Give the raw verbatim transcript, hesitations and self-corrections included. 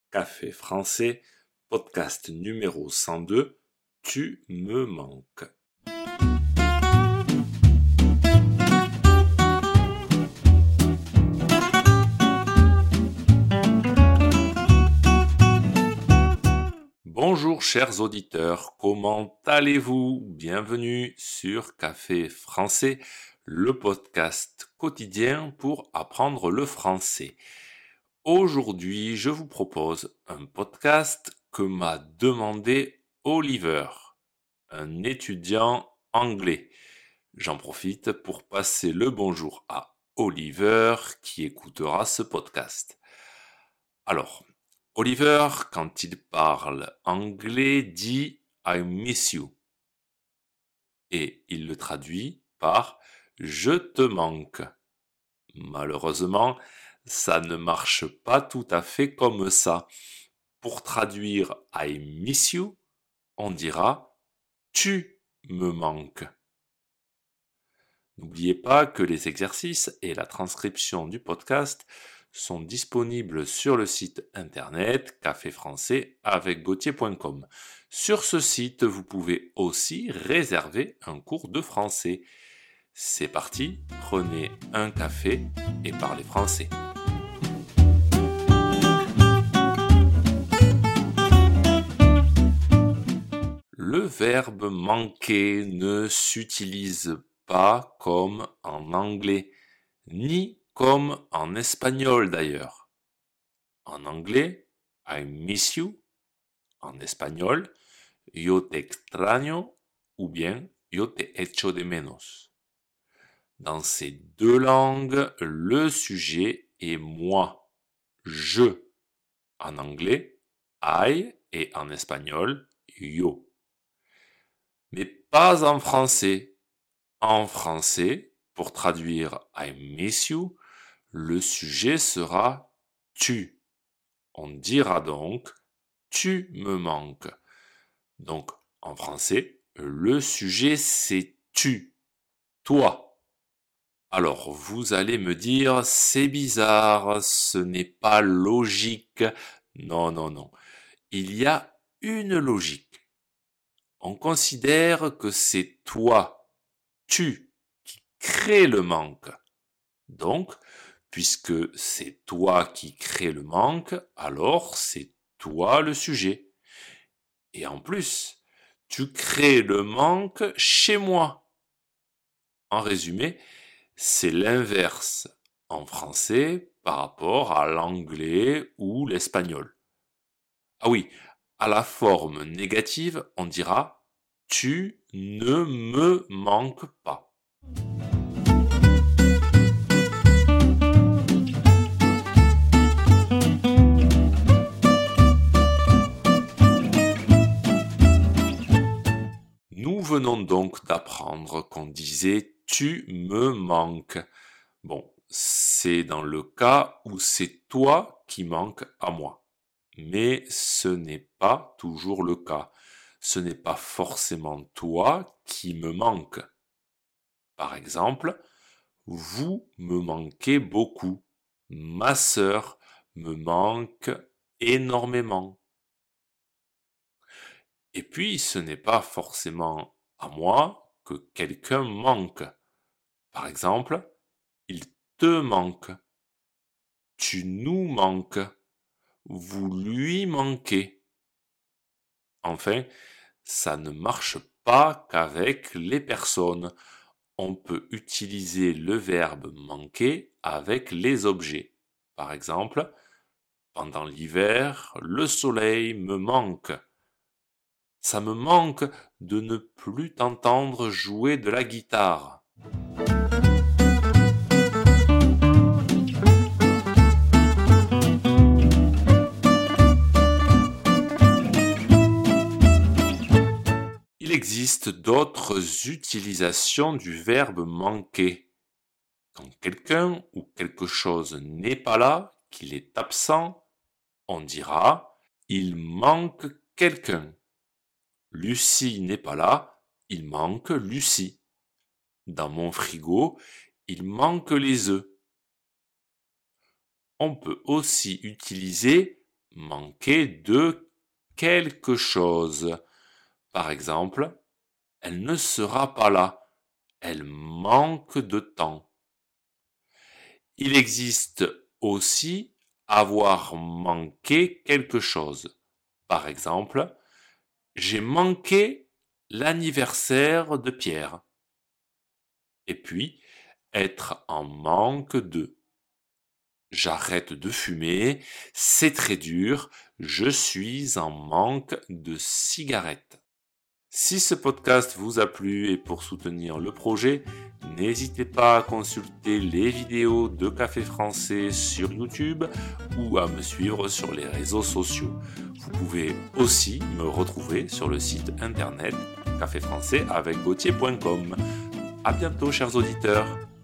Café français, podcast numéro cent deux, Tu me manques. Bonjour chers auditeurs, comment allez-vous? Bienvenue sur Café français, le podcast quotidien pour apprendre le français. Aujourd'hui, je vous propose un podcast que m'a demandé Oliver, un étudiant anglais. J'en profite pour passer le bonjour à Oliver qui écoutera ce podcast. Alors, Oliver, quand il parle anglais, dit I miss you. Et il le traduit par je te manque. Malheureusement, ça ne marche pas tout à fait comme ça. Pour traduire I miss you, on dira tu me manques. N'oubliez pas que les exercices et la transcription du podcast sont disponibles sur le site internet café français avec gautier point com. Sur ce site, vous pouvez aussi réserver un cours de français. C'est parti, prenez un café et parlez français. Le verbe manquer ne s'utilise pas comme en anglais, ni comme en espagnol d'ailleurs. En anglais, I miss you. En espagnol, yo te extraño ou bien yo te echo de menos. Dans ces deux langues, le sujet est moi, je. En anglais, I et en espagnol, yo. Mais pas en français. En français, pour traduire I miss you, le sujet sera tu. On dira donc tu me manques. Donc, en français, le sujet c'est tu, toi. Alors, vous allez me dire, c'est bizarre, ce n'est pas logique. Non, non, non. Il y a une logique. On considère que c'est toi, tu, qui crée le manque. Donc, puisque c'est toi qui crée le manque, alors c'est toi le sujet. Et en plus, tu crées le manque chez moi. En résumé, c'est l'inverse en français par rapport à l'anglais ou l'espagnol. Ah oui, à la forme négative, on dira « tu ne me manques pas ». Nous venons donc d'apprendre qu'on disait « tu me manques ». Bon, c'est dans le cas où c'est toi qui manques à moi. Mais ce n'est pas toujours le cas. Ce n'est pas forcément toi qui me manques. Par exemple, vous me manquez beaucoup. Ma sœur me manque énormément. Et puis, ce n'est pas forcément à moi que quelqu'un manque. Par exemple, il te manque. Tu nous manques. Vous lui manquez. Enfin, ça ne marche pas qu'avec les personnes. On peut utiliser le verbe manquer avec les objets. Par exemple, pendant l'hiver, le soleil me manque. Ça me manque de ne plus t'entendre jouer de la guitare. Il existe d'autres utilisations du verbe manquer. Quand quelqu'un ou quelque chose n'est pas là, qu'il est absent, on dira « il manque quelqu'un ». Lucie n'est pas là, il manque Lucie. Dans mon frigo, il manque les œufs. On peut aussi utiliser manquer de quelque chose. Par exemple, elle ne sera pas là. Elle manque de temps. Il existe aussi avoir manqué quelque chose. Par exemple, j'ai manqué l'anniversaire de Pierre. Et puis, être en manque de. J'arrête de fumer, c'est très dur, je suis en manque de cigarettes. Si ce podcast vous a plu et pour soutenir le projet, n'hésitez pas à consulter les vidéos de Café Français sur YouTube ou à me suivre sur les réseaux sociaux. Vous pouvez aussi me retrouver sur le site internet café français avec gauthier point com. À bientôt, chers auditeurs.